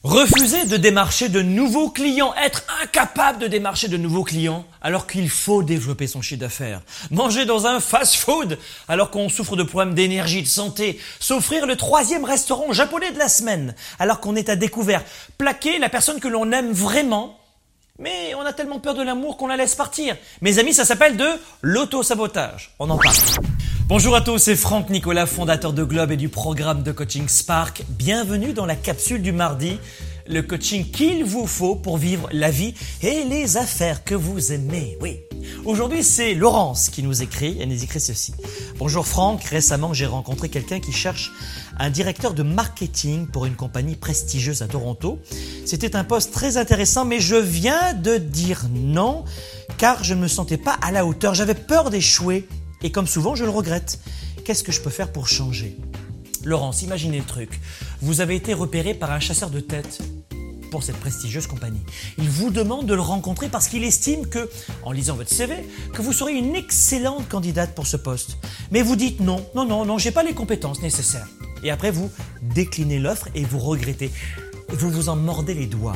Refuser de démarcher de nouveaux clients, être incapable de démarcher de nouveaux clients alors qu'il faut développer son chiffre d'affaires. Manger dans un fast-food alors qu'on souffre de problèmes d'énergie, de santé. S'offrir le 3e restaurant japonais de la semaine alors qu'on est à découvert. Plaquer la personne que l'on aime vraiment, mais on a tellement peur de l'amour qu'on la laisse partir. Mes amis, ça s'appelle de l'auto-sabotage. On en parle. Bonjour à tous, c'est Franck Nicolas, fondateur de Globe et du programme de coaching Spark. Bienvenue dans la capsule du mardi, le coaching qu'il vous faut pour vivre la vie et les affaires que vous aimez. Oui. Aujourd'hui, c'est Laurence qui nous écrit. Elle nous écrit ceci. Bonjour Franck, récemment j'ai rencontré quelqu'un qui cherche un directeur de marketing pour une compagnie prestigieuse à Toronto. C'était un poste très intéressant, mais je viens de dire non car je ne me sentais pas à la hauteur. J'avais peur d'échouer. Et comme souvent, je le regrette. Qu'est-ce que je peux faire pour changer? Laurence, imaginez le truc. Vous avez été repéré par un chasseur de tête pour cette prestigieuse compagnie. Il vous demande de le rencontrer parce qu'il estime que, en lisant votre CV, que vous seriez une excellente candidate pour ce poste. Mais vous dites non, j'ai pas les compétences nécessaires. Et après, vous déclinez l'offre et vous regrettez. Vous vous en mordez les doigts.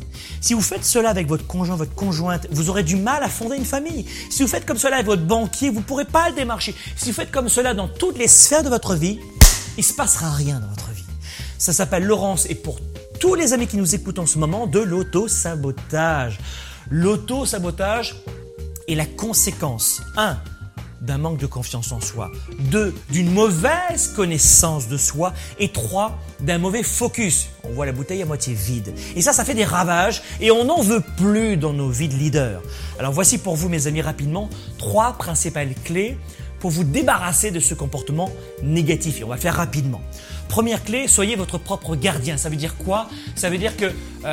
Si vous faites cela avec votre conjoint, votre conjointe, vous aurez du mal à fonder une famille. Si vous faites comme cela avec votre banquier, vous ne pourrez pas le démarcher. Si vous faites comme cela dans toutes les sphères de votre vie, il ne se passera rien dans votre vie. Ça s'appelle, Laurence, et pour tous les amis qui nous écoutent en ce moment, de l'auto-sabotage. L'auto-sabotage est la conséquence, 1, d'un manque de confiance en soi, 2, d'une mauvaise connaissance de soi et 3, d'un mauvais focus. On voit la bouteille à moitié vide. Et ça fait des ravages et on n'en veut plus dans nos vies de leaders. Alors voici pour vous, mes amis, rapidement, 3 principales clés pour vous débarrasser de ce comportement négatif. Et on va le faire rapidement. Première clé, soyez votre propre gardien. Ça veut dire quoi? Ça veut dire que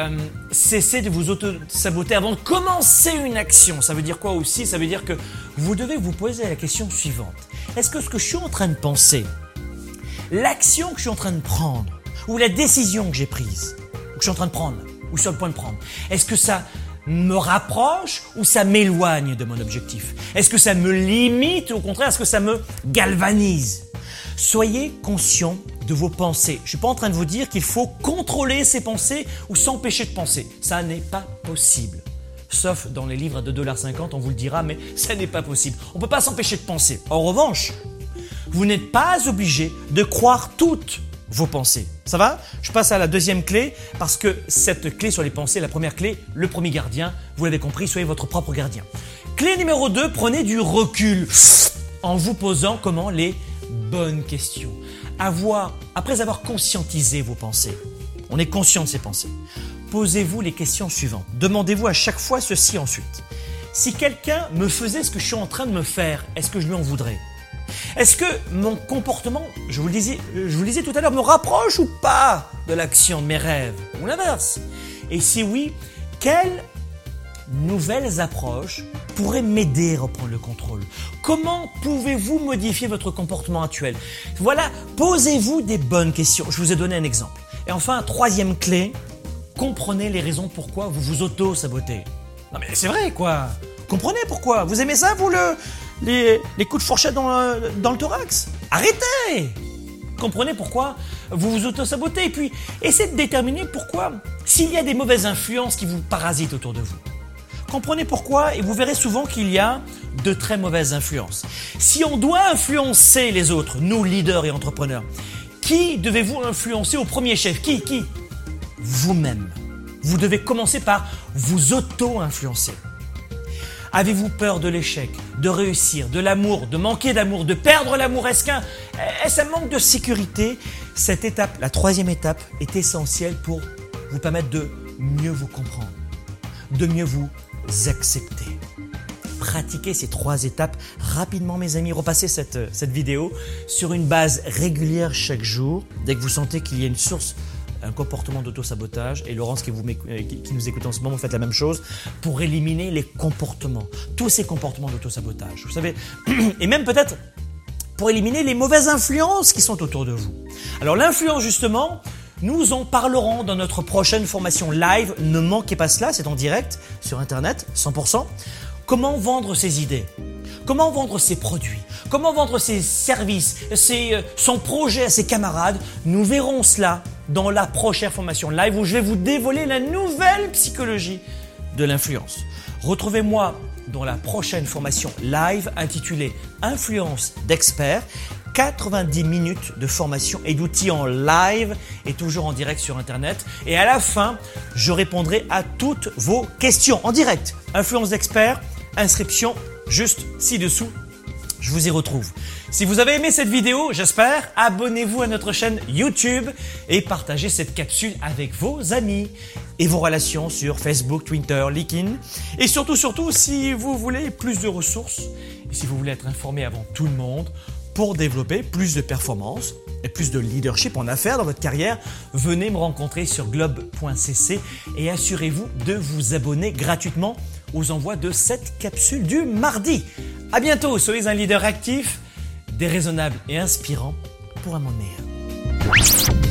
cessez de vous auto-saboter avant de commencer une action. Ça veut dire quoi aussi? Ça veut dire que vous devez vous poser la question suivante. Est-ce que ce que je suis en train de penser, l'action que je suis en train de prendre, ou la décision que j'ai prise, ou que je suis en train de prendre, ou sur le point de prendre, est-ce que ça me rapproche ou ça m'éloigne de mon objectif? Est-ce que ça me limite ou au contraire, est-ce que ça me galvanise? Soyez conscient de vos pensées. Je ne suis pas en train de vous dire qu'il faut contrôler ses pensées ou s'empêcher de penser. Ça n'est pas possible. Sauf dans les livres à 2,50 $, on vous le dira, mais ça n'est pas possible. On ne peut pas s'empêcher de penser. En revanche, vous n'êtes pas obligé de croire toutes vos pensées. Ça va? Je passe à la deuxième clé parce que cette clé sur les pensées, la première clé, le premier gardien, vous l'avez compris, soyez votre propre gardien. Clé numéro 2, prenez du recul en vous posant les bonnes questions. Après avoir conscientisé vos pensées, on est conscient de ces pensées, posez-vous les questions suivantes. Demandez-vous à chaque fois ceci ensuite. Si quelqu'un me faisait ce que je suis en train de me faire, est-ce que je lui en voudrais? Est-ce que mon comportement, je vous le disais tout à l'heure, me rapproche ou pas de l'action de mes rêves? Ou l'inverse? Et si oui, quelles nouvelles approches pourraient m'aider à reprendre le contrôle? Comment pouvez-vous modifier votre comportement actuel? Voilà, posez-vous des bonnes questions. Je vous ai donné un exemple. Et enfin, troisième clé, comprenez les raisons pourquoi vous vous auto-sabotez. Non mais c'est vrai quoi. Comprenez pourquoi. Vous aimez ça, vous, les coups de fourchette dans le thorax? Arrêtez! Comprenez pourquoi vous vous auto-sabotez et puis essayez de déterminer pourquoi, s'il y a des mauvaises influences qui vous parasitent autour de vous. Comprenez pourquoi et vous verrez souvent qu'il y a de très mauvaises influences. Si on doit influencer les autres, nous leaders et entrepreneurs, qui devez-vous influencer au premier chef? Qui? Vous-même. Vous devez commencer par vous auto-influencer. Avez-vous peur de l'échec, de réussir, de l'amour, de manquer d'amour, de perdre l'amour? Est-ce un manque de sécurité? Cette étape, la troisième étape, est essentielle pour vous permettre de mieux vous comprendre, de mieux vous accepter. Pratiquez ces 3 étapes rapidement, mes amis. Repassez cette vidéo sur une base régulière chaque jour. Dès que vous sentez qu'il y a une source, un comportement d'auto-sabotage, et Laurence qui nous écoute en ce moment, faites la même chose pour éliminer les comportements, tous ces comportements d'auto-sabotage. Vous savez, et même peut-être pour éliminer les mauvaises influences qui sont autour de vous. Alors l'influence justement, nous en parlerons dans notre prochaine formation live. Ne manquez pas cela, c'est en direct sur Internet, 100%. Comment vendre ses idées? Comment vendre ses produits? Comment vendre ses services, son projet à ses camarades? Nous verrons cela dans la prochaine formation live où je vais vous dévoiler la nouvelle psychologie de l'influence. Retrouvez-moi dans la prochaine formation live intitulée Influence d'experts. 90 minutes de formation et d'outils en live et toujours en direct sur Internet. Et à la fin, je répondrai à toutes vos questions en direct. Influence d'experts, inscription juste ci-dessous. Je vous y retrouve. Si vous avez aimé cette vidéo, j'espère, abonnez-vous à notre chaîne YouTube et partagez cette capsule avec vos amis et vos relations sur Facebook, Twitter, LinkedIn. Et surtout, si vous voulez plus de ressources et si vous voulez être informé avant tout le monde, pour développer plus de performance et plus de leadership en affaires dans votre carrière, venez me rencontrer sur globe.cc et assurez-vous de vous abonner gratuitement aux envois de cette capsule du mardi. À bientôt, soyez un leader actif, déraisonnable et inspirant pour un monde meilleur.